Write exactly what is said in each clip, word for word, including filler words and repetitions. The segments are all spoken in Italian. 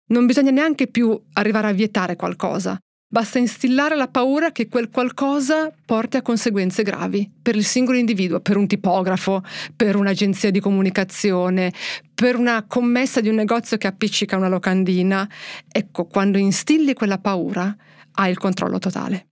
Non bisogna neanche più arrivare a vietare qualcosa. Basta instillare la paura che quel qualcosa porti a conseguenze gravi per il singolo individuo, per un tipografo, per un'agenzia di comunicazione, per una commessa di un negozio che appiccica una locandina. Ecco, quando instilli quella paura, hai il controllo totale.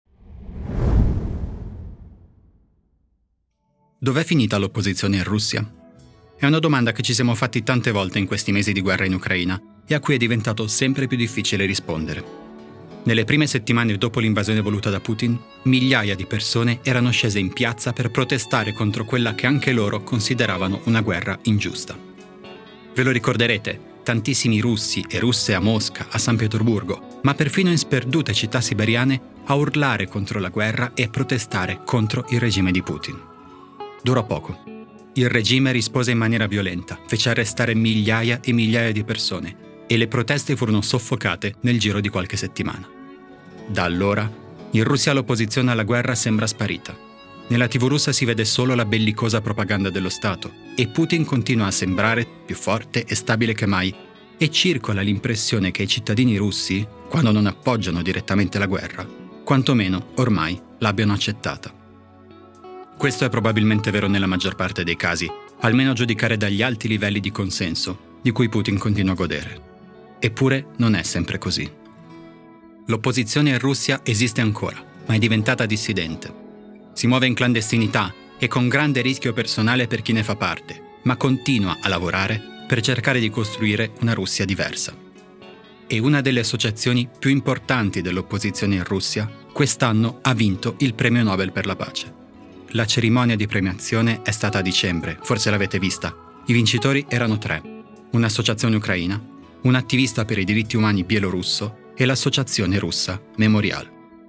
Dov'è finita l'opposizione in Russia? È una domanda che ci siamo fatti tante volte in questi mesi di guerra in Ucraina e a cui è diventato sempre più difficile rispondere. Nelle prime settimane dopo l'invasione voluta da Putin, migliaia di persone erano scese in piazza per protestare contro quella che anche loro consideravano una guerra ingiusta. Ve lo ricorderete, tantissimi russi e russe a Mosca, a San Pietroburgo, ma perfino in sperdute città siberiane, a urlare contro la guerra e a protestare contro il regime di Putin. Durò poco. Il regime rispose in maniera violenta, fece arrestare migliaia e migliaia di persone e le proteste furono soffocate nel giro di qualche settimana. Da allora, in Russia l'opposizione alla guerra sembra sparita. Nella tivù russa si vede solo la bellicosa propaganda dello Stato e Putin continua a sembrare più forte e stabile che mai e circola l'impressione che i cittadini russi, quando non appoggiano direttamente la guerra, quantomeno ormai l'abbiano accettata. Questo è probabilmente vero nella maggior parte dei casi, almeno a giudicare dagli alti livelli di consenso di cui Putin continua a godere. Eppure non è sempre così. L'opposizione in Russia esiste ancora, ma è diventata dissidente. Si muove in clandestinità e con grande rischio personale per chi ne fa parte, ma continua a lavorare per cercare di costruire una Russia diversa. E una delle associazioni più importanti dell'opposizione in Russia quest'anno ha vinto il Premio Nobel per la pace. La cerimonia di premiazione è stata a dicembre, forse l'avete vista. I vincitori erano tre: un'associazione ucraina, un attivista per i diritti umani bielorusso e l'associazione russa Memorial.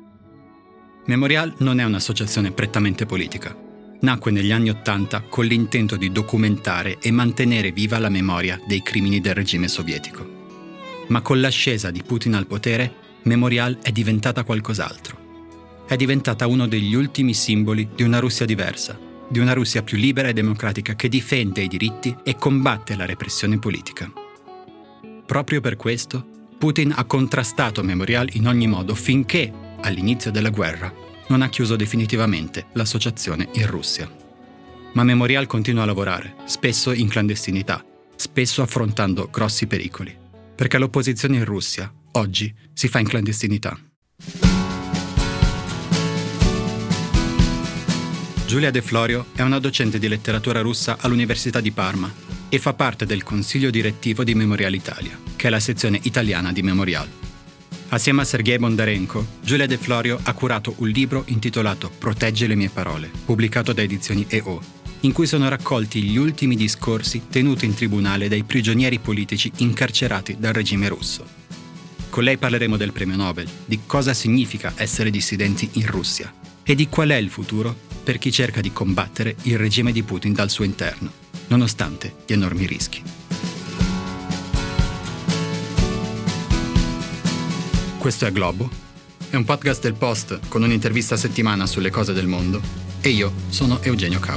Memorial non è un'associazione prettamente politica. Nacque negli anni Ottanta con l'intento di documentare e mantenere viva la memoria dei crimini del regime sovietico. Ma con l'ascesa di Putin al potere, Memorial è diventata qualcos'altro. È diventata uno degli ultimi simboli di una Russia diversa, di una Russia più libera e democratica che difende i diritti e combatte la repressione politica. Proprio per questo, Putin ha contrastato Memorial in ogni modo finché, all'inizio della guerra, non ha chiuso definitivamente l'associazione in Russia. Ma Memorial continua a lavorare, spesso in clandestinità, spesso affrontando grossi pericoli, perché l'opposizione in Russia, oggi, si fa in clandestinità. Giulia De Florio è una docente di letteratura russa all'Università di Parma e fa parte del consiglio direttivo di Memorial Italia, che è la sezione italiana di Memorial. Assieme a Sergei Bondarenko, Giulia De Florio ha curato un libro intitolato Protegge le mie parole, pubblicato da Edizioni E O, in cui sono raccolti gli ultimi discorsi tenuti in tribunale dai prigionieri politici incarcerati dal regime russo. Con lei parleremo del premio Nobel, di cosa significa essere dissidenti in Russia e di qual è il futuro per chi cerca di combattere il regime di Putin dal suo interno, nonostante gli enormi rischi. Questo è Globo, è un podcast del Post con un'intervista a settimana sulle cose del mondo e io sono Eugenio Cau.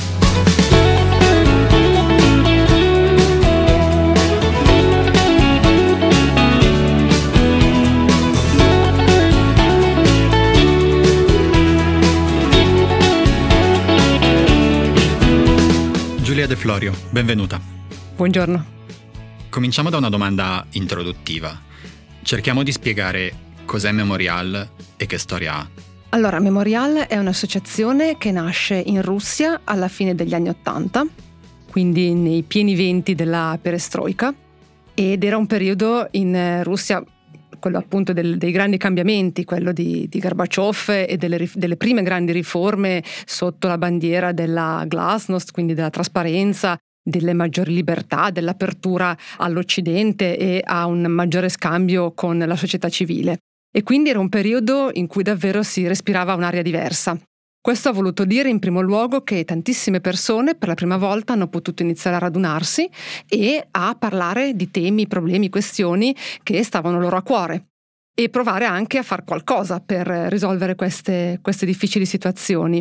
Giulia De Florio, benvenuta. Buongiorno. Cominciamo da una domanda introduttiva. Cerchiamo di spiegare cos'è Memorial e che storia ha. Allora, Memorial è un'associazione che nasce in Russia alla fine degli anni Ottanta, quindi nei pieni venti della perestroika, ed era un periodo in Russia, quello appunto del, dei grandi cambiamenti, quello di, di Gorbaciov e delle, delle prime grandi riforme sotto la bandiera della glasnost, quindi della trasparenza, delle maggiori libertà, dell'apertura all'Occidente e a un maggiore scambio con la società civile. E quindi era un periodo in cui davvero si respirava un'aria diversa. Questo ha voluto dire in primo luogo che tantissime persone per la prima volta hanno potuto iniziare a radunarsi e a parlare di temi, problemi, questioni che stavano loro a cuore e provare anche a far qualcosa per risolvere queste, queste difficili situazioni.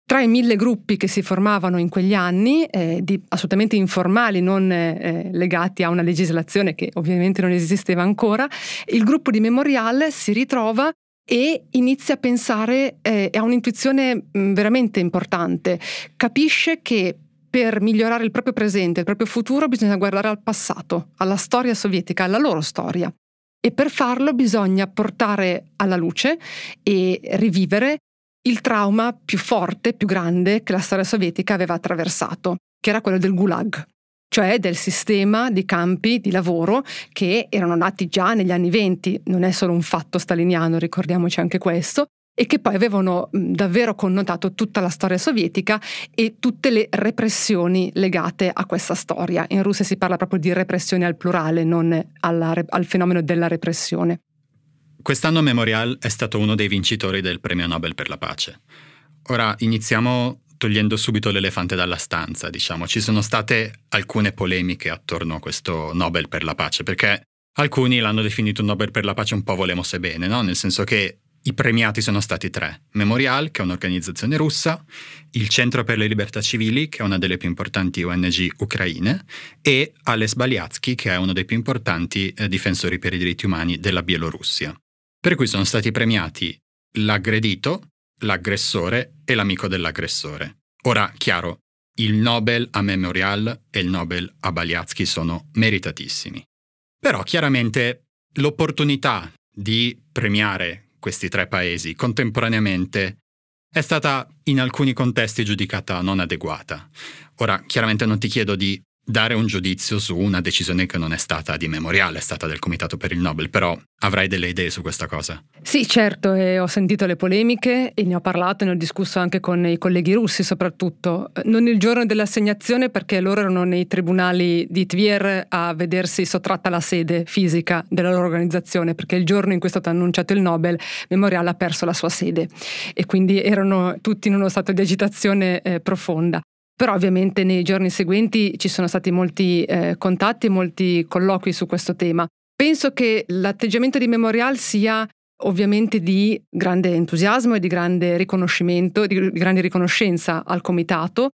Tra i mille gruppi che si formavano in quegli anni, eh, di, assolutamente informali, non eh, legati a una legislazione che ovviamente non esisteva ancora, il gruppo di Memorial si ritrova e inizia a pensare, eh, ha un'intuizione mh, veramente importante. Capisce che per migliorare il proprio presente, il proprio futuro, bisogna guardare al passato, alla storia sovietica, alla loro storia. E per farlo bisogna portare alla luce e rivivere il trauma più forte, più grande che la storia sovietica aveva attraversato, che era quello del Gulag, cioè del sistema di campi di lavoro che erano nati già negli anni venti, non è solo un fatto staliniano, ricordiamoci anche questo, e che poi avevano davvero connotato tutta la storia sovietica e tutte le repressioni legate a questa storia. In Russia si parla proprio di repressione al plurale, non alla, al fenomeno della repressione. Quest'anno Memorial è stato uno dei vincitori del Premio Nobel per la pace. Ora iniziamo togliendo subito l'elefante dalla stanza, diciamo. Ci sono state alcune polemiche attorno a questo Nobel per la pace, perché alcuni l'hanno definito un Nobel per la pace un po' volemose bene, no? Nel senso che i premiati sono stati tre. Memorial, che è un'organizzazione russa, il Centro per le Libertà Civili, che è una delle più importanti O N G ucraine, e Ales Baliatsky, che è uno dei più importanti eh, difensori per i diritti umani della Bielorussia. Per cui sono stati premiati l'aggredito, l'aggressore e l'amico dell'aggressore. Ora, chiaro, il Nobel a Memorial e il Nobel a Baliatsky sono meritatissimi. Però chiaramente l'opportunità di premiare questi tre paesi contemporaneamente è stata in alcuni contesti giudicata non adeguata. Ora, chiaramente non ti chiedo di dare un giudizio su una decisione che non è stata di Memorial, è stata del Comitato per il Nobel, però avrai delle idee su questa cosa? Sì, certo, e ho sentito le polemiche e ne ho parlato e ne ho discusso anche con i colleghi russi soprattutto. Non il giorno dell'assegnazione, perché loro erano nei tribunali di Tver a vedersi sottratta la sede fisica della loro organizzazione, perché il giorno in cui è stato annunciato il Nobel, Memorial ha perso la sua sede e quindi erano tutti in uno stato di agitazione eh, profonda. Però ovviamente nei giorni seguenti ci sono stati molti eh, contatti e molti colloqui su questo tema. Penso che l'atteggiamento di Memorial sia ovviamente di grande entusiasmo e di grande riconoscimento, di grande riconoscenza al comitato,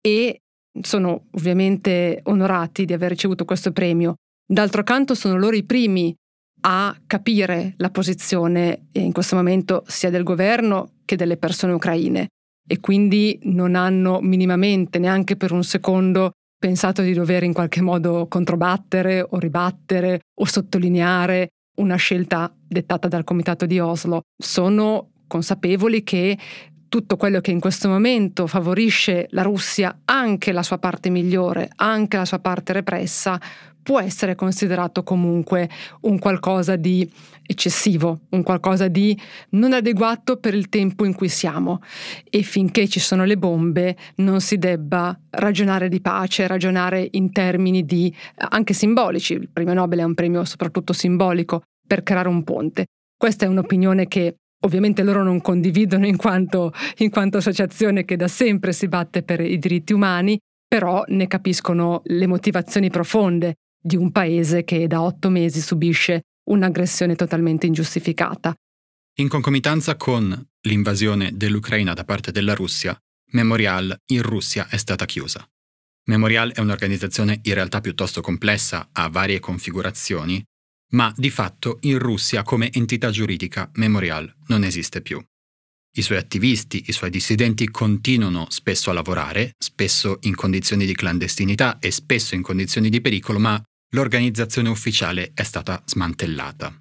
e sono ovviamente onorati di aver ricevuto questo premio. D'altro canto sono loro i primi a capire la posizione in questo momento sia del governo che delle persone ucraine. E quindi non hanno minimamente, neanche per un secondo, pensato di dover in qualche modo controbattere o ribattere o sottolineare una scelta dettata dal Comitato di Oslo. Sono consapevoli che tutto quello che in questo momento favorisce la Russia, anche la sua parte migliore, anche la sua parte repressa, può essere considerato comunque un qualcosa di eccessivo, un qualcosa di non adeguato per il tempo in cui siamo, e finché ci sono le bombe non si debba ragionare di pace, ragionare in termini di anche simbolici. Il premio Nobel è un premio soprattutto simbolico per creare un ponte. Questa è un'opinione che ovviamente loro non condividono in quanto, in quanto associazione che da sempre si batte per i diritti umani, però ne capiscono le motivazioni profonde di un paese che da otto mesi subisce un'aggressione totalmente ingiustificata. In concomitanza con l'invasione dell'Ucraina da parte della Russia, Memorial in Russia è stata chiusa. Memorial è un'organizzazione in realtà piuttosto complessa, ha varie configurazioni, ma di fatto in Russia come entità giuridica Memorial non esiste più. I suoi attivisti, i suoi dissidenti continuano spesso a lavorare, spesso in condizioni di clandestinità e spesso in condizioni di pericolo, ma l'organizzazione ufficiale è stata smantellata.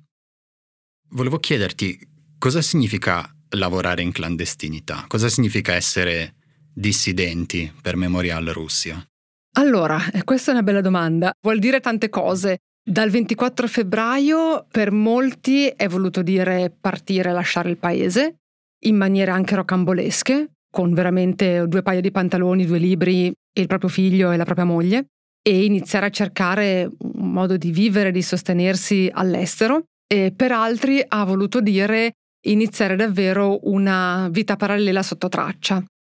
Volevo chiederti cosa significa lavorare in clandestinità? Cosa significa essere dissidenti per Memorial Russia? Allora, questa è una bella domanda. Vuol dire tante cose. Dal ventiquattro febbraio per molti è voluto dire partire e lasciare il paese, in maniere anche rocambolesche, con veramente due paia di pantaloni, due libri e il proprio figlio e la propria moglie, e iniziare a cercare un modo di vivere, di sostenersi all'estero. E per altri ha voluto dire iniziare davvero una vita parallela sotto traccia,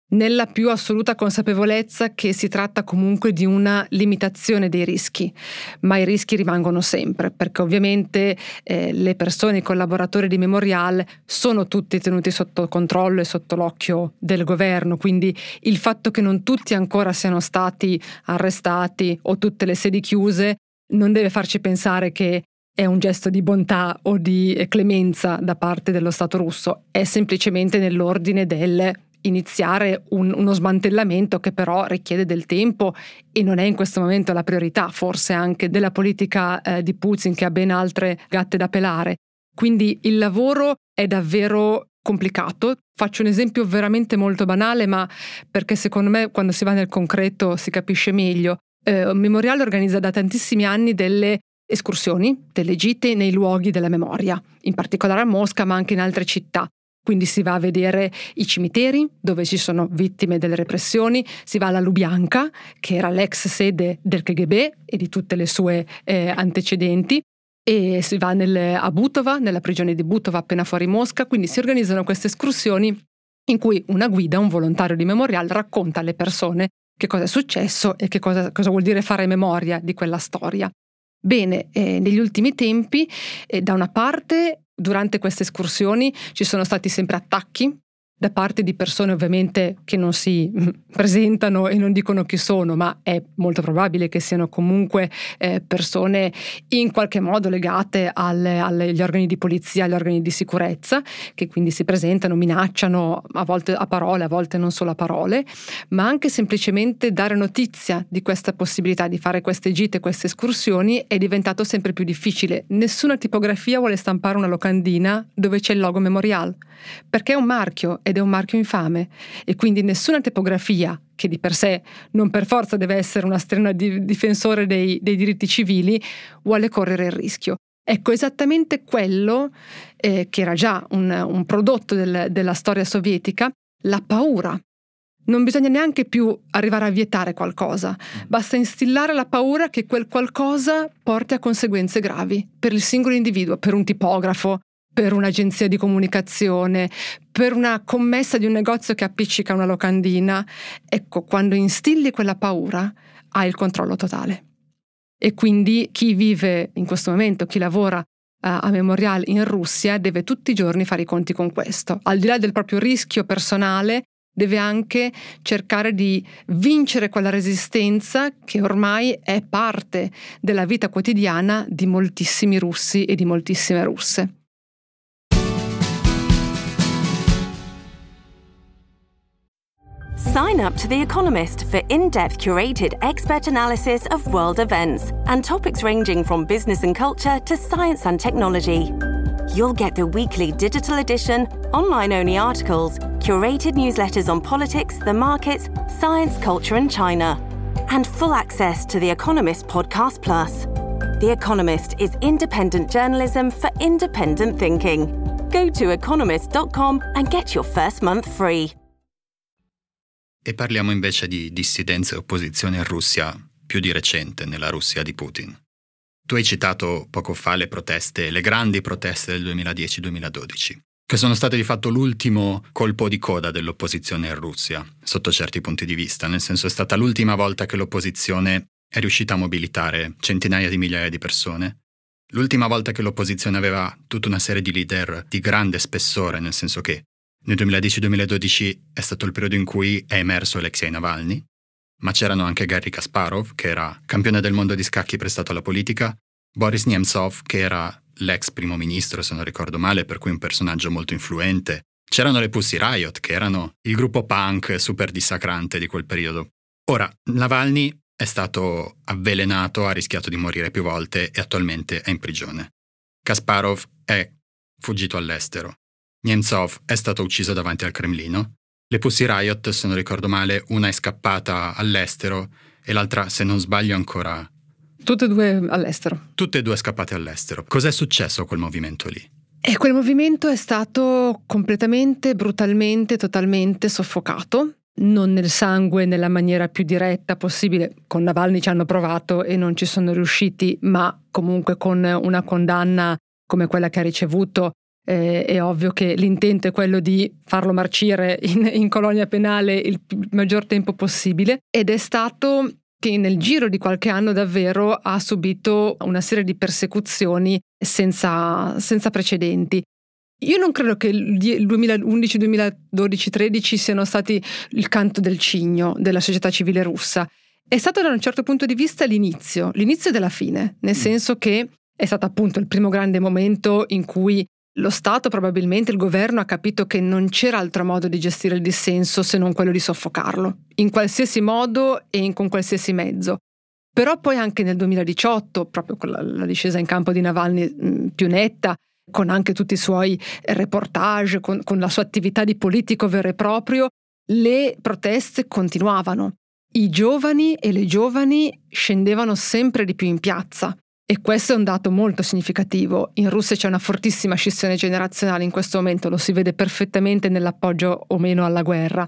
nella più assoluta consapevolezza che si tratta comunque di una limitazione dei rischi, ma i rischi rimangono sempre, perché ovviamente eh, le persone, i collaboratori di Memorial sono tutti tenuti sotto controllo e sotto l'occhio del governo, quindi il fatto che non tutti ancora siano stati arrestati o tutte le sedi chiuse non deve farci pensare che è un gesto di bontà o di clemenza da parte dello Stato russo, è semplicemente nell'ordine del iniziare un, uno smantellamento che però richiede del tempo e non è in questo momento la priorità, forse anche della politica eh, di Putin, che ha ben altre gatte da pelare. Quindi il lavoro è davvero complicato. Faccio un esempio veramente molto banale, ma perché secondo me quando si va nel concreto si capisce meglio. Eh, Memorial organizza da tantissimi anni delle escursioni, delle gite nei luoghi della memoria, in particolare a Mosca, ma anche in altre città. Quindi si va a vedere i cimiteri dove ci sono vittime delle repressioni, si va alla Lubianka, che era l'ex sede del K G B e di tutte le sue eh, antecedenti, e si va nel, a Butova, nella prigione di Butova appena fuori Mosca. Quindi si organizzano queste escursioni in cui una guida, un volontario di Memorial, racconta alle persone che cosa è successo e che cosa, cosa vuol dire fare memoria di quella storia. Bene, eh, negli ultimi tempi, eh, da una parte, durante queste escursioni ci sono stati sempre attacchi da parte di persone ovviamente che non si presentano e non dicono chi sono, ma è molto probabile che siano comunque eh, persone in qualche modo legate alle, agli organi di polizia, agli organi di sicurezza, che quindi si presentano, minacciano, a volte a parole, a volte non solo a parole, ma anche semplicemente dare notizia di questa possibilità di fare queste gite, queste escursioni è diventato sempre più difficile. Nessuna tipografia vuole stampare una locandina dove c'è il logo Memorial, perché è un marchio ed è un marchio infame, e quindi nessuna tipografia, che di per sé non per forza deve essere una strenua di difensore dei, dei diritti civili, vuole correre il rischio. Ecco, esattamente quello eh, che era già un, un prodotto del, della storia sovietica, la paura. Non bisogna neanche più arrivare a vietare qualcosa, basta instillare la paura che quel qualcosa porti a conseguenze gravi per il singolo individuo, per un tipografo, per un'agenzia di comunicazione, per una commessa di un negozio che appiccica una locandina. Ecco, quando instilli quella paura hai il controllo totale. E quindi chi vive in questo momento, chi lavora uh, a Memorial in Russia, deve tutti i giorni fare i conti con questo. Al di là del proprio rischio personale, deve anche cercare di vincere quella resistenza che ormai è parte della vita quotidiana di moltissimi russi e di moltissime russe. Sign up to The Economist for in-depth curated expert analysis of world events and topics ranging from business and culture to science and technology. You'll get the weekly digital edition, online-only articles, curated newsletters on politics, the markets, science, culture and China, and full access to The Economist Podcast Plus. The Economist is independent journalism for independent thinking. Go to economist dot com and get your first month free. E parliamo invece di dissidenza e opposizione in Russia, più di recente nella Russia di Putin. Tu hai citato poco fa le proteste, le grandi proteste del duemiladieci duemiladodici, che sono state di fatto l'ultimo colpo di coda dell'opposizione in Russia, sotto certi punti di vista, nel senso è stata l'ultima volta che l'opposizione è riuscita a mobilitare centinaia di migliaia di persone, l'ultima volta che l'opposizione aveva tutta una serie di leader di grande spessore, nel senso che nel duemiladieci duemiladodici è stato il periodo in cui è emerso Alexei Navalny, ma c'erano anche Garry Kasparov, che era campione del mondo di scacchi prestato alla politica, Boris Nemtsov, che era l'ex primo ministro, se non ricordo male, per cui un personaggio molto influente. C'erano le Pussy Riot, che erano il gruppo punk super dissacrante di quel periodo. Ora, Navalny è stato avvelenato, ha rischiato di morire più volte e attualmente è in prigione. Kasparov è fuggito all'estero. Nemtsov è stato ucciso davanti al Cremlino. Le Pussy Riot, se non ricordo male, una è scappata all'estero e l'altra, se non sbaglio, ancora... Tutte e due all'estero. Tutte e due scappate all'estero. Cos'è successo a quel movimento lì? E quel movimento è stato completamente, brutalmente, totalmente soffocato. Non nel sangue, nella maniera più diretta possibile. Con Navalny ci hanno provato e non ci sono riusciti, ma comunque con una condanna come quella che ha ricevuto Eh, è ovvio che l'intento è quello di farlo marcire in, in colonia penale il maggior tempo possibile, ed è stato che nel giro di qualche anno davvero ha subito una serie di persecuzioni senza, senza precedenti. Io non credo che il duemilaundici, duemiladodici, tredici siano stati il canto del cigno della società civile russa. È stato da un certo punto di vista l'inizio, l'inizio della fine, nel senso che è stato appunto il primo grande momento in cui lo Stato, probabilmente il governo, ha capito che non c'era altro modo di gestire il dissenso se non quello di soffocarlo, in qualsiasi modo e in, con qualsiasi mezzo. Però poi anche nel duemiladiciotto, proprio con la, la discesa in campo di Navalny mh, più netta, con anche tutti i suoi reportage, con, con la sua attività di politico vero e proprio, le proteste continuavano. I giovani e le giovani scendevano sempre di più in piazza. E questo è un dato molto significativo. In Russia c'è una fortissima scissione generazionale in questo momento, lo si vede perfettamente nell'appoggio o meno alla guerra.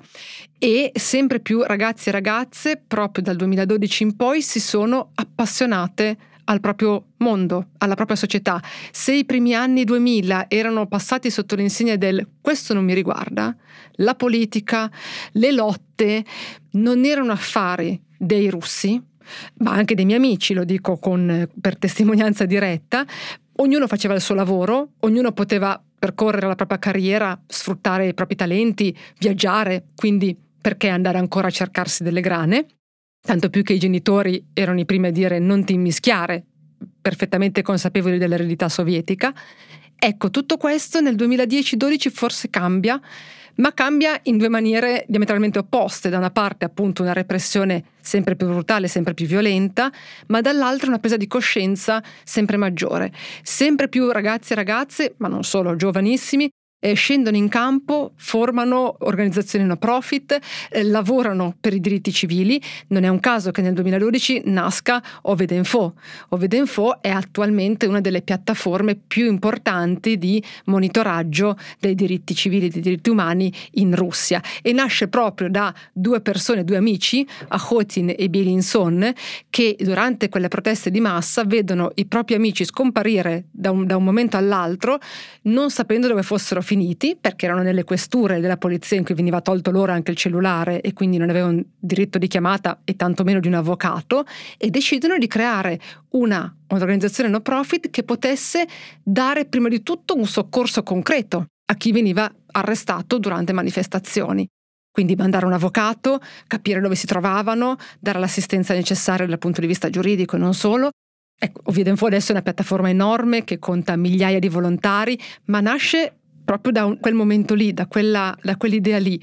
E sempre più ragazzi e ragazze, proprio dal duemiladodici in poi, si sono appassionate al proprio mondo, alla propria società. Se i primi anni duemila erano passati sotto l'insegna del questo non mi riguarda, la politica, le lotte non erano affari dei russi, ma anche dei miei amici, lo dico con, per testimonianza diretta, ognuno faceva il suo lavoro, ognuno poteva percorrere la propria carriera, sfruttare i propri talenti, viaggiare, quindi perché andare ancora a cercarsi delle grane? Tanto più che i genitori erano i primi a dire non ti immischiare, perfettamente consapevoli dell'eredità sovietica. Ecco, tutto questo nel duemiladieci dodici forse cambia, ma cambia in due maniere diametralmente opposte. Da una parte appunto una repressione sempre più brutale, sempre più violenta, ma dall'altra una presa di coscienza sempre maggiore. Sempre più ragazzi e ragazze, ma non solo, giovanissimi, eh, scendono in campo, formano organizzazioni no profit, eh, lavorano per i diritti civili. Non è un caso che nel duemiladodici nasca Ovedenfo. Ovedenfo è attualmente una delle piattaforme più importanti di monitoraggio dei diritti civili e dei diritti umani in Russia, e nasce proprio da due persone, due amici, Akhotin e Bielinson, che durante quelle proteste di massa vedono i propri amici scomparire da un, da un momento all'altro, non sapendo dove fossero finiti, perché erano nelle questure della polizia in cui veniva tolto loro anche il cellulare e quindi non avevano diritto di chiamata e tantomeno di un avvocato, e decidono di creare una un'organizzazione no profit che potesse dare prima di tutto un soccorso concreto a chi veniva arrestato durante manifestazioni. Quindi mandare un avvocato, capire dove si trovavano, dare l'assistenza necessaria dal punto di vista giuridico e non solo. Ecco, Ovedenfo adesso è una piattaforma enorme che conta migliaia di volontari, ma nasce proprio da un, quel momento lì, da quella, da quell'idea lì.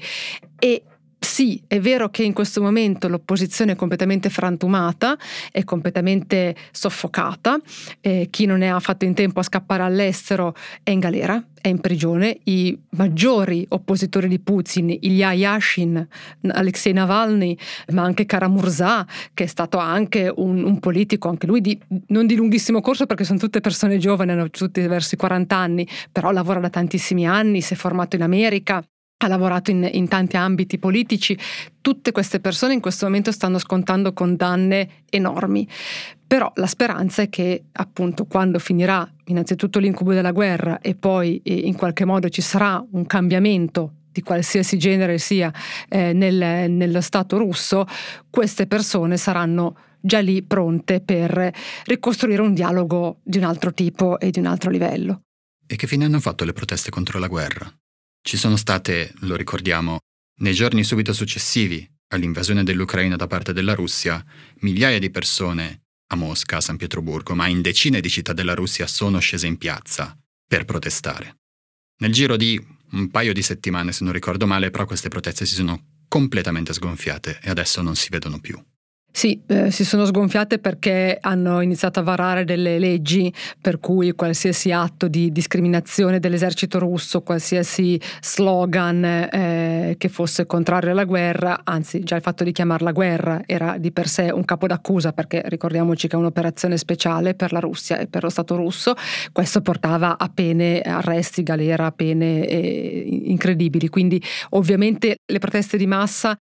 E sì, è vero che in questo momento l'opposizione è completamente frantumata, è completamente soffocata, eh, chi non ne ha fatto in tempo a scappare all'estero è in galera, è in prigione. I maggiori oppositori di Putin, Ilya Yashin, Alexei Navalny, ma anche Kara-Murza, che è stato anche un, un politico, anche lui di, non di lunghissimo corso perché sono tutte persone giovani, hanno tutti verso i quaranta anni, però lavora da tantissimi anni, si è formato in America, ha lavorato in, in tanti ambiti politici. Tutte queste persone in questo momento stanno scontando condanne enormi. Però la speranza è che appunto quando finirà innanzitutto l'incubo della guerra e poi eh, in qualche modo ci sarà un cambiamento di qualsiasi genere sia eh, nel, nello Stato russo, queste persone saranno già lì pronte per ricostruire un dialogo di un altro tipo e di un altro livello. E che fine hanno fatto le proteste contro la guerra? Ci sono state, lo ricordiamo, nei giorni subito successivi all'invasione dell'Ucraina da parte della Russia, migliaia di persone a Mosca, a San Pietroburgo, ma in decine di città della Russia sono scese in piazza per protestare. Nel giro di un paio di settimane, se non ricordo male, però queste proteste si sono completamente sgonfiate e adesso non si vedono più. Sì, eh, si sono sgonfiate perché hanno iniziato a varare delle leggi per cui qualsiasi atto di discriminazione dell'esercito russo, qualsiasi slogan eh, che fosse contrario alla guerra, anzi già il fatto di chiamarla guerra era di per sé un capo d'accusa, perché ricordiamoci che è un'operazione speciale per la Russia e per lo Stato russo. Questo portava a pene, arresti, galera, pene eh, incredibili. Quindi ovviamente le proteste di massa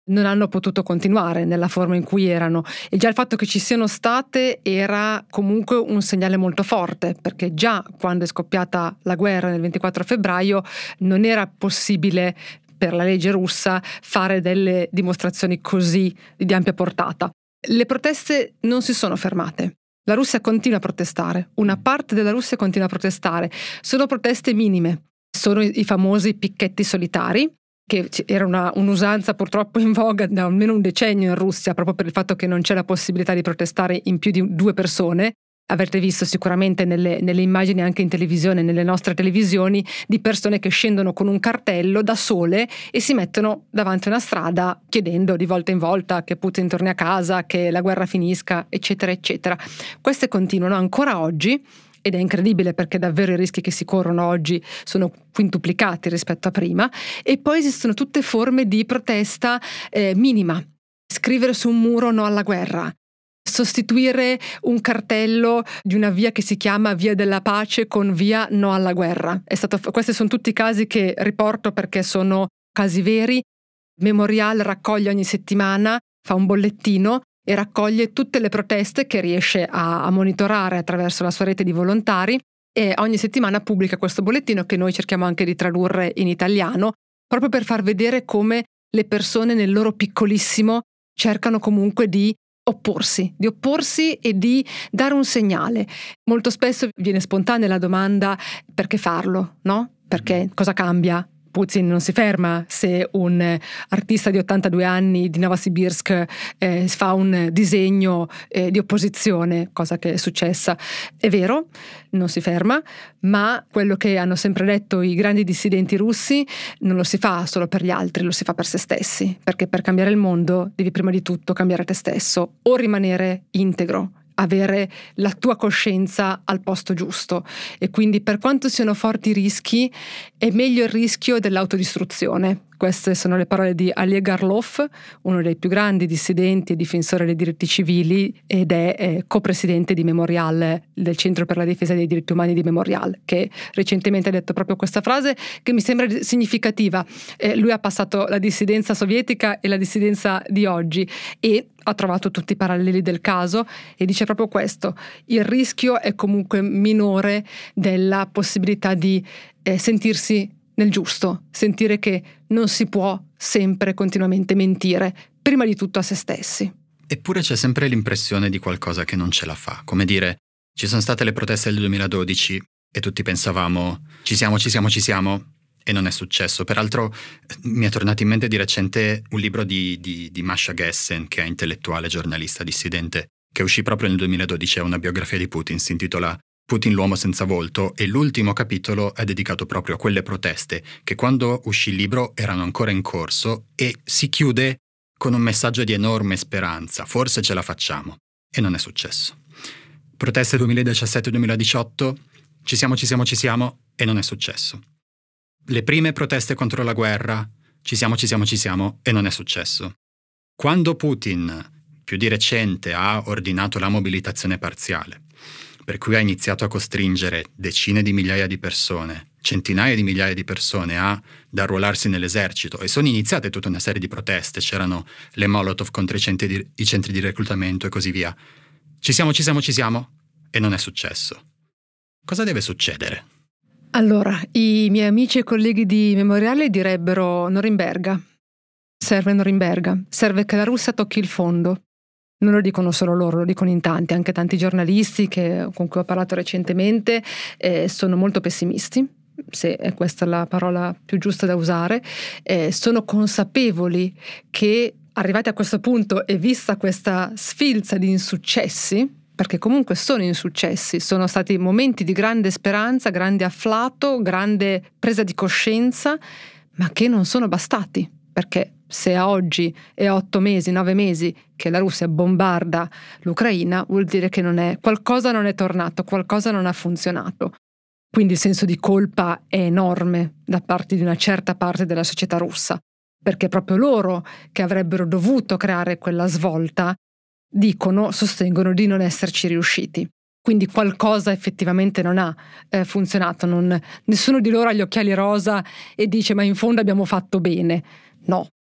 non hanno potuto continuare nella forma in cui erano, e già il fatto che ci siano state era comunque un segnale molto forte, perché già quando è scoppiata la guerra nel ventiquattro febbraio non era possibile per la legge russa fare delle dimostrazioni così di ampia portata. Le proteste non si sono fermate. La Russia continua a protestare, una parte della Russia continua a protestare. Sono proteste minime, sono i famosi picchetti solitari, che era una, un'usanza purtroppo in voga da almeno un decennio in Russia, proprio per il fatto che non c'è la possibilità di protestare in più di due persone. Avrete visto sicuramente nelle, nelle immagini anche in televisione, nelle nostre televisioni, di persone che scendono con un cartello da sole e si mettono davanti a una strada chiedendo di volta in volta che Putin torni a casa, che la guerra finisca, eccetera, eccetera. Queste continuano ancora oggi ed è incredibile perché davvero i rischi che si corrono oggi sono quintuplicati rispetto a prima. E poi esistono tutte forme di protesta eh, minima. Scrivere su un muro no alla guerra. Sostituire un cartello di una via che si chiama Via della Pace con Via No alla Guerra. È stato, questi sono tutti casi che riporto perché sono casi veri. Memorial raccoglie ogni settimana, fa un bollettino e raccoglie tutte le proteste che riesce a, a monitorare attraverso la sua rete di volontari, e ogni settimana pubblica questo bollettino che noi cerchiamo anche di tradurre in italiano, proprio per far vedere come le persone nel loro piccolissimo cercano comunque di opporsi, di opporsi e di dare un segnale. Molto spesso viene spontanea la domanda: perché farlo, no? Perché cosa cambia? Putin non si ferma se un artista di ottantadue anni di Novosibirsk eh, fa un disegno eh, di opposizione, cosa che è successa. È vero, non si ferma, ma quello che hanno sempre detto i grandi dissidenti russi: non lo si fa solo per gli altri, lo si fa per se stessi, perché per cambiare il mondo devi prima di tutto cambiare te stesso o rimanere integro, avere la tua coscienza al posto giusto. E quindi, per quanto siano forti i rischi, è meglio il rischio dell'autodistruzione. Queste sono le parole di Oleg Orlov, uno dei più grandi dissidenti e difensori dei diritti civili, ed è eh, copresidente di Memorial, del Centro per la difesa dei diritti umani di Memorial, che recentemente ha detto proprio questa frase che mi sembra significativa. Eh, lui ha passato la dissidenza sovietica e la dissidenza di oggi e ha trovato tutti i paralleli del caso, e dice proprio questo: il rischio è comunque minore della possibilità di eh, sentirsi nel giusto, sentire che non si può sempre continuamente mentire, prima di tutto a se stessi. Eppure c'è sempre l'impressione di qualcosa che non ce la fa, come dire, ci sono state le proteste del duemiladodici e tutti pensavamo ci siamo, ci siamo, ci siamo, e non è successo. Peraltro mi è tornato in mente di recente un libro di, di, di Masha Gessen, che è intellettuale, giornalista, dissidente, che uscì proprio nel duemiladodici, è una biografia di Putin, si intitola Putin l'uomo senza volto, e l'ultimo capitolo è dedicato proprio a quelle proteste che quando uscì il libro erano ancora in corso, e si chiude con un messaggio di enorme speranza: forse ce la facciamo. E non è successo. Proteste duemiladiciassette duemiladiciotto, ci siamo, ci siamo, ci siamo, e non è successo. Le prime proteste contro la guerra, ci siamo, ci siamo, ci siamo, e non è successo. Quando Putin, più di recente, ha ordinato la mobilitazione parziale, per cui ha iniziato a costringere decine di migliaia di persone, centinaia di migliaia di persone a da arruolarsi nell'esercito, e sono iniziate tutta una serie di proteste, c'erano le Molotov contro i centri di, i centri di reclutamento e così via. Ci siamo, ci siamo, ci siamo, e non è successo. Cosa deve succedere? Allora, i miei amici e colleghi di Memoriale direbbero Norimberga. Serve Norimberga, serve che la Russia tocchi il fondo. Non lo dicono solo loro, lo dicono in tanti, anche tanti giornalisti che, con cui ho parlato recentemente, eh, sono molto pessimisti, se è questa la parola più giusta da usare. Eh, sono consapevoli che, arrivati a questo punto e vista questa sfilza di insuccessi, perché comunque sono insuccessi, sono stati momenti di grande speranza, grande afflato, grande presa di coscienza, ma che non sono bastati, perché se a oggi è otto mesi, nove mesi che la Russia bombarda l'Ucraina, vuol dire che non è, qualcosa non è tornato, qualcosa non ha funzionato. Quindi il senso di colpa è enorme da parte di una certa parte della società russa, perché proprio loro, che avrebbero dovuto creare quella svolta, dicono, sostengono di non esserci riusciti. Quindi qualcosa effettivamente non ha eh, funzionato. Non, nessuno di loro ha gli occhiali rosa e dice: ma in fondo abbiamo fatto bene. No.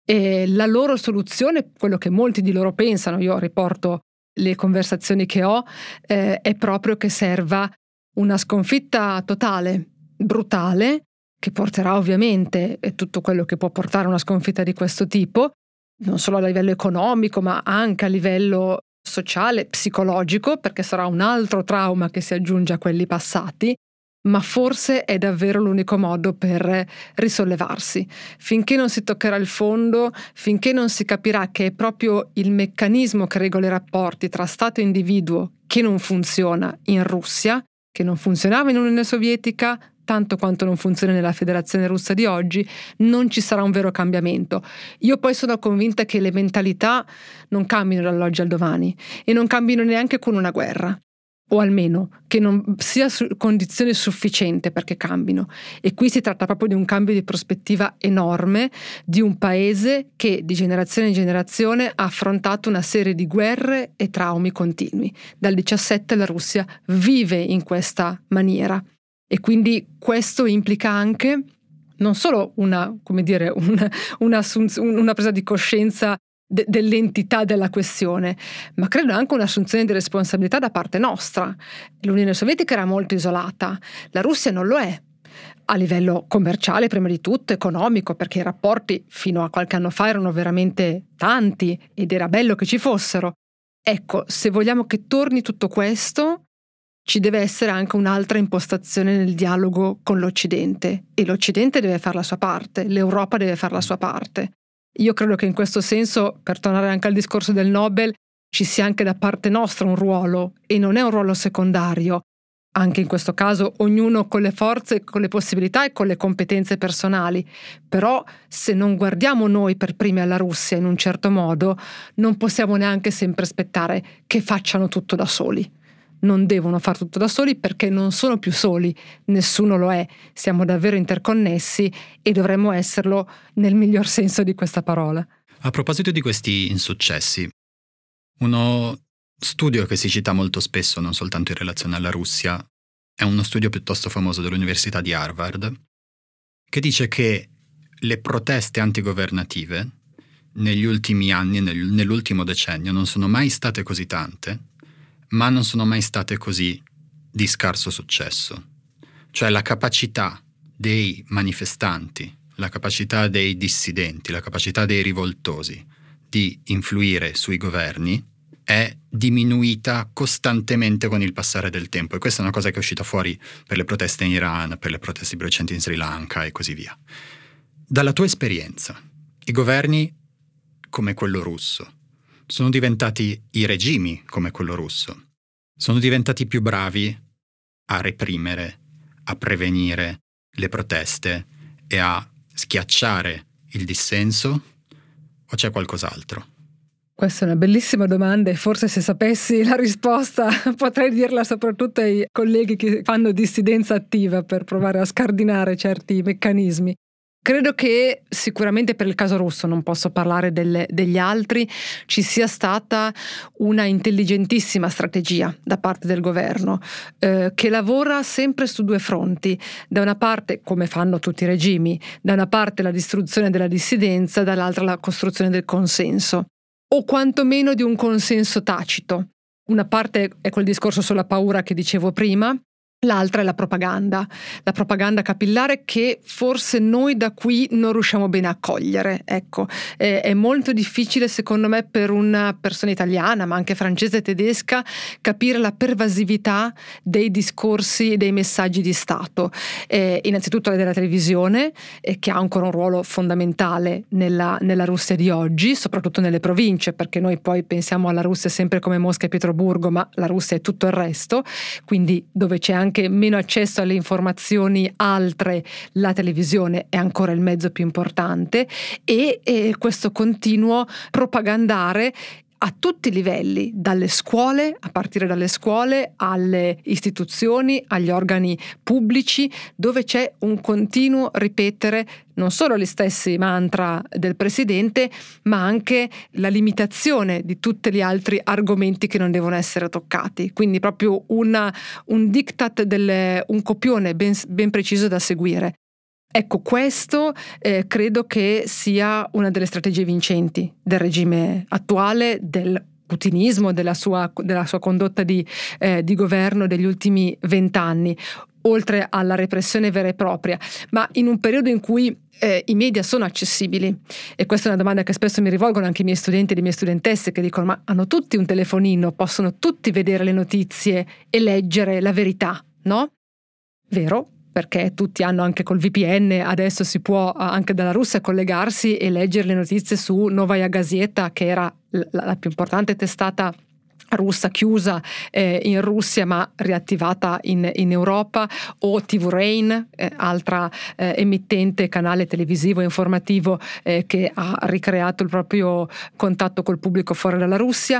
E la loro soluzione, quello che molti di loro pensano, io riporto le conversazioni che ho, eh, è proprio che serva una sconfitta totale, brutale, che porterà ovviamente tutto quello che può portare una sconfitta di questo tipo, non solo a livello economico, ma anche a livello sociale, psicologico, perché sarà un altro trauma che si aggiunge a quelli passati, ma forse è davvero l'unico modo per risollevarsi. Finché non si toccherà il fondo, finché non si capirà che è proprio il meccanismo che regola i rapporti tra Stato e individuo che non funziona in Russia, che non funzionava in Unione Sovietica, tanto quanto non funziona nella Federazione Russa di oggi, non ci sarà un vero cambiamento. Io poi sono convinta che le mentalità non cambino dall'oggi al domani e non cambino neanche con una guerra, o almeno che non sia su condizione sufficiente perché cambino. E qui si tratta proprio di un cambio di prospettiva enorme di un paese che di generazione in generazione ha affrontato una serie di guerre e traumi continui. Dal diciassette la Russia vive in questa maniera. E quindi questo implica anche non solo una, come dire, una, una, una presa di coscienza de, dell'entità della questione, ma credo anche un'assunzione di responsabilità da parte nostra. L'Unione Sovietica era molto isolata, la Russia non lo è. A livello commerciale, prima di tutto, economico, perché i rapporti fino a qualche anno fa erano veramente tanti ed era bello che ci fossero. Ecco, se vogliamo che torni tutto questo, ci deve essere anche un'altra impostazione nel dialogo con l'Occidente e l'Occidente deve fare la sua parte, l'Europa deve fare la sua parte. Io credo che in questo senso, per tornare anche al discorso del Nobel, ci sia anche da parte nostra un ruolo e non è un ruolo secondario. Anche in questo caso ognuno con le forze, con le possibilità e con le competenze personali. Però se non guardiamo noi per primi alla Russia in un certo modo, non possiamo neanche sempre aspettare che facciano tutto da soli. Non devono far tutto da soli perché non sono più soli, nessuno lo è, siamo davvero interconnessi e dovremmo esserlo nel miglior senso di questa parola. A proposito di questi insuccessi, uno studio che si cita molto spesso, non soltanto in relazione alla Russia, è uno studio piuttosto famoso dell'Università di Harvard, che dice che le proteste antigovernative negli ultimi anni, nell'ultimo decennio, non sono mai state così tante, ma non sono mai state così di scarso successo. Cioè la capacità dei manifestanti, la capacità dei dissidenti, la capacità dei rivoltosi di influire sui governi è diminuita costantemente con il passare del tempo. E questa è una cosa che è uscita fuori per le proteste in Iran, per le proteste più recenti in Sri Lanka e così via. Dalla tua esperienza, i governi come quello russo sono diventati i regimi come quello russo. Sono diventati più bravi a reprimere, a prevenire le proteste e a schiacciare il dissenso, o c'è qualcos'altro? Questa è una bellissima domanda e forse se sapessi la risposta potrei dirla soprattutto ai colleghi che fanno dissidenza attiva per provare a scardinare certi meccanismi. Credo che sicuramente per il caso russo, non posso parlare delle, degli altri, ci sia stata una intelligentissima strategia da parte del governo eh, che lavora sempre su due fronti. Da una parte, come fanno tutti i regimi, da una parte la distruzione della dissidenza, dall'altra la costruzione del consenso, o quantomeno di un consenso tacito. Una parte è quel discorso sulla paura che dicevo prima, l'altra è la propaganda, la propaganda capillare che forse noi da qui non riusciamo bene a cogliere. Ecco, è, è molto difficile secondo me per una persona italiana, ma anche francese e tedesca, capire la pervasività dei discorsi e dei messaggi di Stato. Eh, innanzitutto la della televisione, eh, che ha ancora un ruolo fondamentale nella, nella Russia di oggi, soprattutto nelle province, perché noi poi pensiamo alla Russia sempre come Mosca e Pietroburgo, ma la Russia è tutto il resto, quindi dove c'è anche anche meno accesso alle informazioni altre, la televisione è ancora il mezzo più importante e, e questo continuo propagandare a tutti i livelli, dalle scuole, a partire dalle scuole, alle istituzioni, agli organi pubblici, dove c'è un continuo ripetere non solo gli stessi mantra del presidente, ma anche la limitazione di tutti gli altri argomenti che non devono essere toccati. Quindi proprio una, un diktat, delle, un copione ben, ben preciso da seguire. Ecco, questo eh, credo che sia una delle strategie vincenti del regime attuale, del putinismo, della sua, della sua condotta di, eh, di governo degli ultimi vent'anni, oltre alla repressione vera e propria, ma in un periodo in cui eh, i media sono accessibili. E questa è una domanda che spesso mi rivolgono anche i miei studenti e le mie studentesse, che dicono: ma hanno tutti un telefonino, possono tutti vedere le notizie e leggere la verità, no? Vero, perché tutti hanno, anche col V P N, adesso si può anche dalla Russia collegarsi e leggere le notizie su Novaya Gazeta, che era la, la più importante testata russa chiusa eh, in Russia ma riattivata in, in Europa, o T V Rain, eh, altra eh, emittente, canale televisivo informativo eh, che ha ricreato il proprio contatto col pubblico fuori dalla Russia.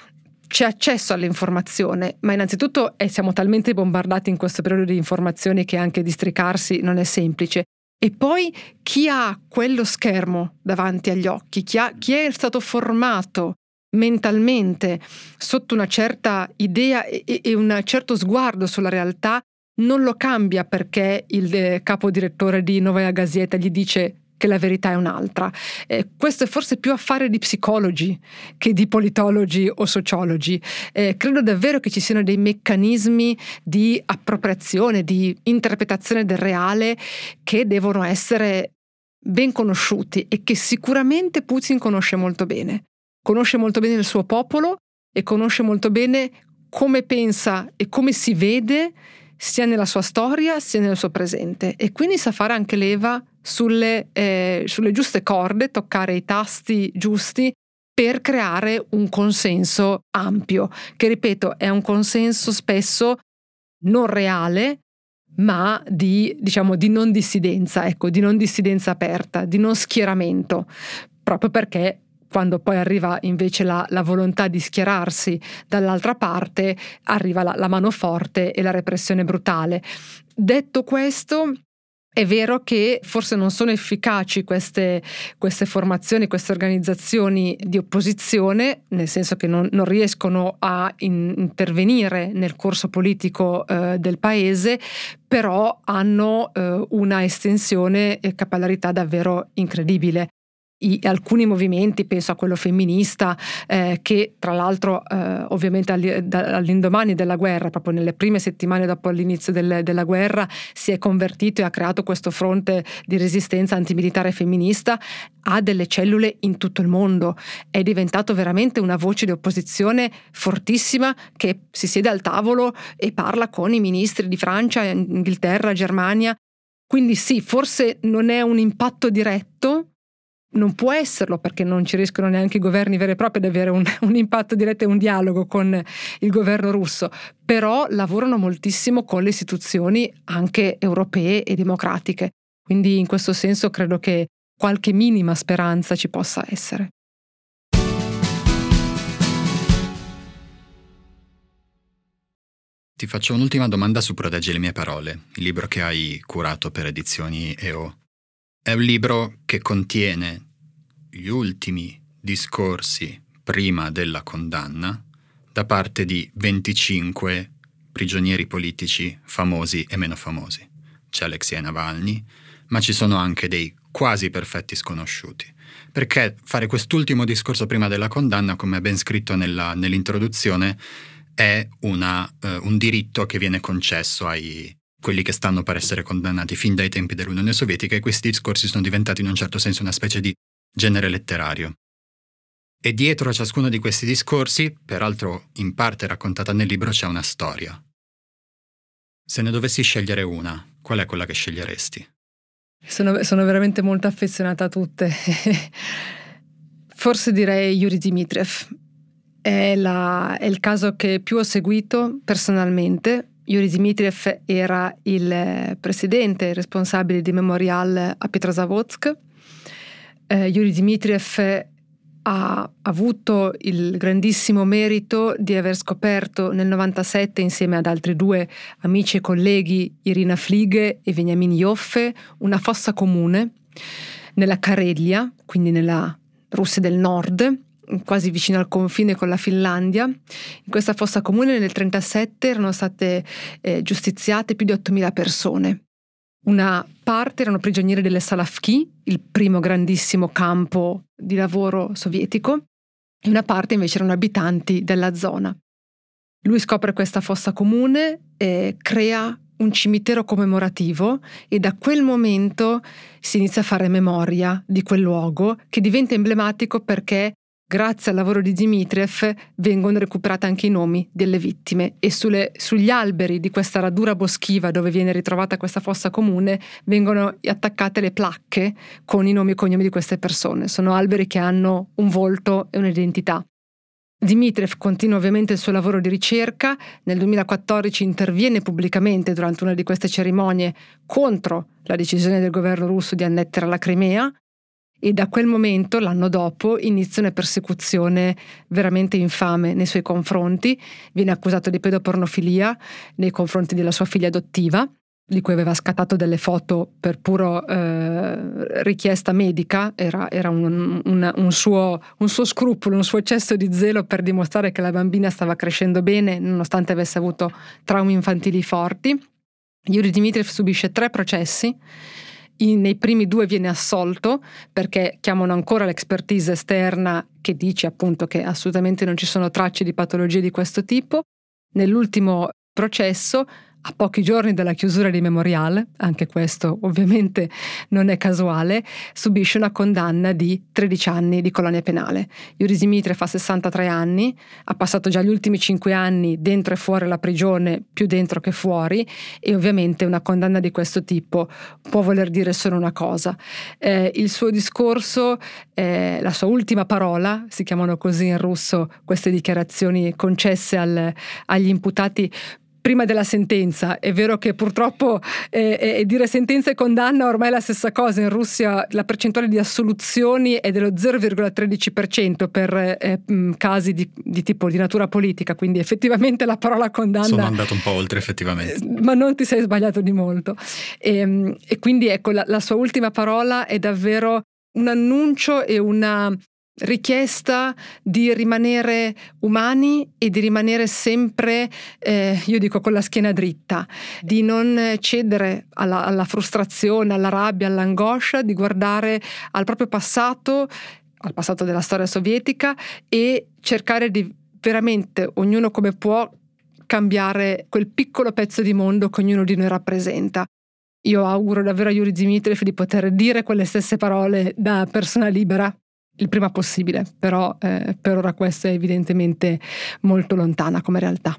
C'è accesso all'informazione, ma innanzitutto eh, siamo talmente bombardati in questo periodo di informazioni che anche districarsi non è semplice. E poi chi ha quello schermo davanti agli occhi, chi, ha, chi è stato formato mentalmente sotto una certa idea e, e un certo sguardo sulla realtà, non lo cambia perché il eh, capo direttore di Novaya Gazeta gli dice che la verità è un'altra. Eh, questo è forse più affare di psicologi che di politologi o sociologi. Eh, credo davvero che ci siano dei meccanismi di appropriazione, di interpretazione del reale che devono essere ben conosciuti e che sicuramente Putin conosce molto bene. Conosce molto bene il suo popolo e conosce molto bene come pensa e come si vede sia nella sua storia sia nel suo presente, e quindi sa fare anche leva sulle, eh, sulle giuste corde, toccare i tasti giusti per creare un consenso ampio, che ripeto è un consenso spesso non reale, ma di, diciamo, di non dissidenza, ecco, di non dissidenza aperta, di non schieramento, proprio perché quando poi arriva invece la, la volontà di schierarsi dall'altra parte, arriva la, la mano forte e la repressione brutale. Detto questo, è vero che forse non sono efficaci queste, queste formazioni, queste organizzazioni di opposizione, nel senso che non, non riescono a in, intervenire nel corso politico eh, del paese, però hanno eh, una estensione e capillarità davvero incredibile. I, alcuni movimenti, penso a quello femminista, eh, che tra l'altro eh, ovviamente all'indomani della guerra, proprio nelle prime settimane dopo l'inizio del, della guerra, si è convertito e ha creato questo fronte di resistenza antimilitare femminista, ha delle cellule in tutto il mondo, è diventato veramente una voce di opposizione fortissima che si siede al tavolo e parla con i ministri di Francia, Inghilterra, Germania. Quindi sì, forse non è un impatto diretto, non può esserlo perché non ci riescono neanche i governi veri e propri ad avere un, un impatto diretto e un dialogo con il governo russo, però lavorano moltissimo con le istituzioni anche europee e democratiche. Quindi in questo senso credo che qualche minima speranza ci possa essere. Ti faccio un'ultima domanda su Proteggi le mie parole, il libro che hai curato per Edizioni E O. È un libro che contiene gli ultimi discorsi prima della condanna da parte di venticinque prigionieri politici famosi e meno famosi. C'è Alexei Navalny, ma ci sono anche dei quasi perfetti sconosciuti. Perché fare quest'ultimo discorso prima della condanna, come è ben scritto nella, nell'introduzione, è una, uh, un diritto che viene concesso ai quelli che stanno per essere condannati fin dai tempi dell'Unione Sovietica, e questi discorsi sono diventati in un certo senso una specie di genere letterario. E dietro a ciascuno di questi discorsi, peraltro in parte raccontata nel libro, c'è una storia. Se ne dovessi scegliere una, qual è quella che sceglieresti? Sono, sono veramente molto affezionata a tutte. Forse direi Yuri Dmitriev. È, la, è il caso che più ho seguito personalmente. Yuri Dmitriev era il presidente e responsabile di Memorial a Petrozavodsk. Eh, Yuri Dmitriev ha avuto il grandissimo merito di aver scoperto nel novantasette, insieme ad altri due amici e colleghi, Irina Flige e Veniamin Ioffe, una fossa comune nella Karelia, quindi nella Russia del Nord, quasi vicino al confine con la Finlandia. In questa fossa comune nel trentasette erano state eh, giustiziate più di ottomila persone. Una parte erano prigionieri delle Salavki, il primo grandissimo campo di lavoro sovietico, e una parte invece erano abitanti della zona. Lui scopre questa fossa comune e crea un cimitero commemorativo e da quel momento si inizia a fare memoria di quel luogo, che diventa emblematico perché grazie al lavoro di Dmitriev vengono recuperati anche i nomi delle vittime e sulle, sugli alberi di questa radura boschiva dove viene ritrovata questa fossa comune vengono attaccate le placche con i nomi e cognomi di queste persone. Sono alberi che hanno un volto e un'identità. Dmitriev continua ovviamente il suo lavoro di ricerca. Nel duemilaquattordici interviene pubblicamente durante una di queste cerimonie contro la decisione del governo russo di annettere la Crimea e da quel momento, l'anno dopo, inizia una persecuzione veramente infame nei suoi confronti. Viene accusato di pedopornofilia nei confronti della sua figlia adottiva, di cui aveva scattato delle foto per puro eh, richiesta medica. Era, era un, un, un, suo, un suo scrupolo, un suo eccesso di zelo per dimostrare che la bambina stava crescendo bene nonostante avesse avuto traumi infantili forti. Yuri Dmitriev subisce tre processi. In, nei primi due viene assolto perché chiamano ancora l'expertise esterna che dice appunto che assolutamente non ci sono tracce di patologie di questo tipo. Nell'ultimo processo, a pochi giorni dalla chiusura di Memorial, anche questo ovviamente non è casuale, subisce una condanna di tredici anni di colonia penale. Yuri Dmitriev fa sessantatré anni, ha passato già gli ultimi cinque anni dentro e fuori la prigione, più dentro che fuori, e ovviamente una condanna di questo tipo può voler dire solo una cosa. Eh, il suo discorso, eh, la sua ultima parola, si chiamano così in russo queste dichiarazioni concesse al, agli imputati prima della sentenza. È vero che purtroppo eh, eh, dire sentenza e condanna ormai è la stessa cosa. In Russia la percentuale di assoluzioni è dello zero virgola tredici per cento per eh, mh, casi di, di tipo di natura politica, quindi effettivamente la parola condanna... Sono andato un po' oltre effettivamente. Eh, ma non ti sei sbagliato di molto. E, e quindi ecco, la, la sua ultima parola è davvero un annuncio e una richiesta di rimanere umani e di rimanere sempre, eh, io dico con la schiena dritta, di non cedere alla, alla frustrazione, alla rabbia, all'angoscia, di guardare al proprio passato, al passato della storia sovietica e cercare di veramente, ognuno come può, cambiare quel piccolo pezzo di mondo che ognuno di noi rappresenta. Io auguro davvero a Yuri Dmitriev di poter dire quelle stesse parole da persona libera il prima possibile, però eh, per ora questo è evidentemente molto lontana come realtà.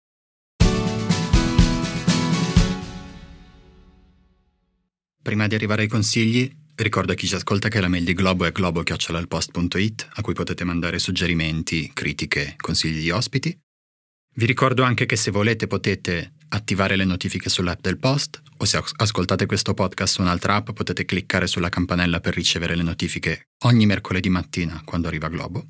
Prima di arrivare ai consigli, ricordo a chi ci ascolta che la mail di Globo è globo chiocciola il post punto it, a cui potete mandare suggerimenti, critiche, consigli di ospiti. Vi ricordo anche che se volete potete attivare le notifiche sull'app del Post, o se ascoltate questo podcast su un'altra app potete cliccare sulla campanella per ricevere le notifiche ogni mercoledì mattina quando arriva Globo.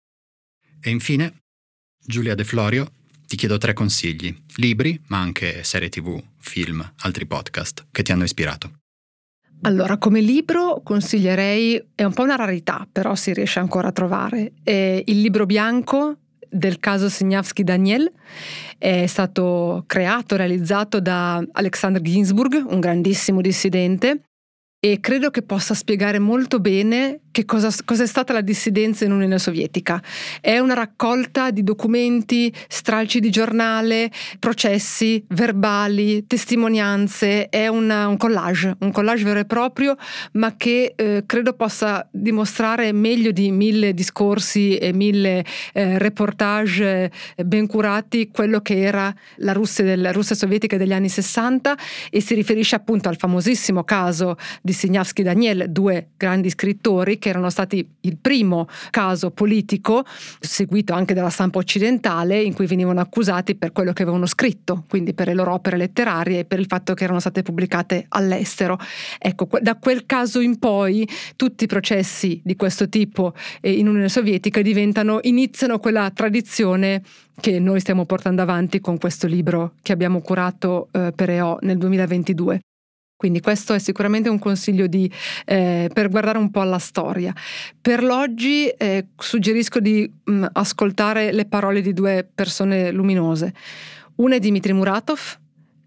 E infine, Giulia De Florio, ti chiedo tre consigli, libri, ma anche serie tv, film, altri podcast che ti hanno ispirato. Allora, come libro consiglierei, è un po' una rarità, però si riesce ancora a trovare, è il libro bianco del caso Signavsky Daniel. È stato creato, realizzato da Alexander Ginsburg, un grandissimo dissidente, e credo che possa spiegare molto bene che cosa, cosa è stata la dissidenza in Unione Sovietica. È una raccolta di documenti, stralci di giornale, processi, verbali, testimonianze, è una, un collage, un collage vero e proprio, ma che eh, credo possa dimostrare meglio di mille discorsi e mille eh, reportage eh, ben curati quello che era la Russia, della Russia sovietica degli anni sessanta, e si riferisce appunto al famosissimo caso di Signavsky Daniel, due grandi scrittori che erano stati il primo caso politico seguito anche dalla stampa occidentale in cui venivano accusati per quello che avevano scritto, quindi per le loro opere letterarie e per il fatto che erano state pubblicate all'estero. Ecco, da quel caso in poi tutti i processi di questo tipo in Unione Sovietica diventano, iniziano quella tradizione che noi stiamo portando avanti con questo libro che abbiamo curato eh, per E O nel duemilaventidue. Quindi questo è sicuramente un consiglio di, eh, per guardare un po' alla storia. Per l'oggi eh, suggerisco di mh, ascoltare le parole di due persone luminose. Una è Dmitry Muratov,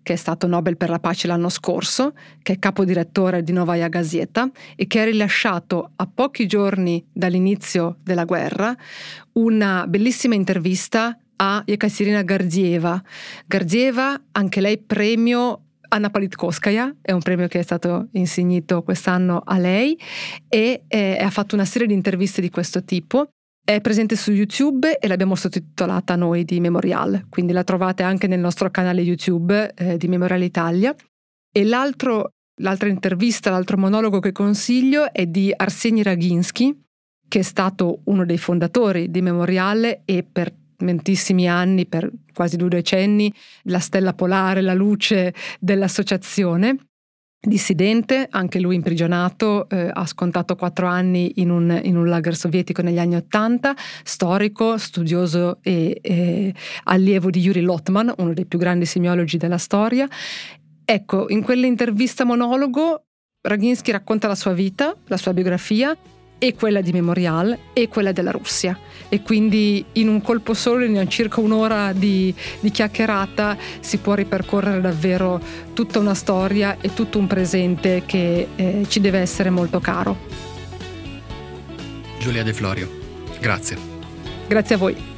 che è stato Nobel per la pace l'anno scorso, che è capodirettore di Novaya Gazeta e che ha rilasciato a pochi giorni dall'inizio della guerra una bellissima intervista a Ekaterina Gardieva. Gardieva, anche lei premio Anna Politkovskaya, è un premio che è stato insignito quest'anno a lei e eh, ha fatto una serie di interviste di questo tipo. È presente su YouTube e l'abbiamo sottotitolata noi di Memorial, quindi la trovate anche nel nostro canale YouTube eh, di Memorial Italia. E l'altro, l'altra intervista, l'altro monologo che consiglio è di Arseny Raginsky, che è stato uno dei fondatori di Memorial e per tantissimi anni, per quasi due decenni, la stella polare, la luce dell'associazione. Dissidente, anche lui imprigionato, eh, ha scontato quattro anni in un, in un lager sovietico negli anni Ottanta, storico, studioso e, e allievo di Yuri Lotman, uno dei più grandi semiologi della storia. Ecco, in quell'intervista monologo Raginsky racconta la sua vita, la sua biografia e quella di Memorial e quella della Russia, e quindi in un colpo solo, in circa un'ora di, di chiacchierata, si può ripercorrere davvero tutta una storia e tutto un presente che eh, ci deve essere molto caro. Giulia De Florio, grazie. Grazie a voi.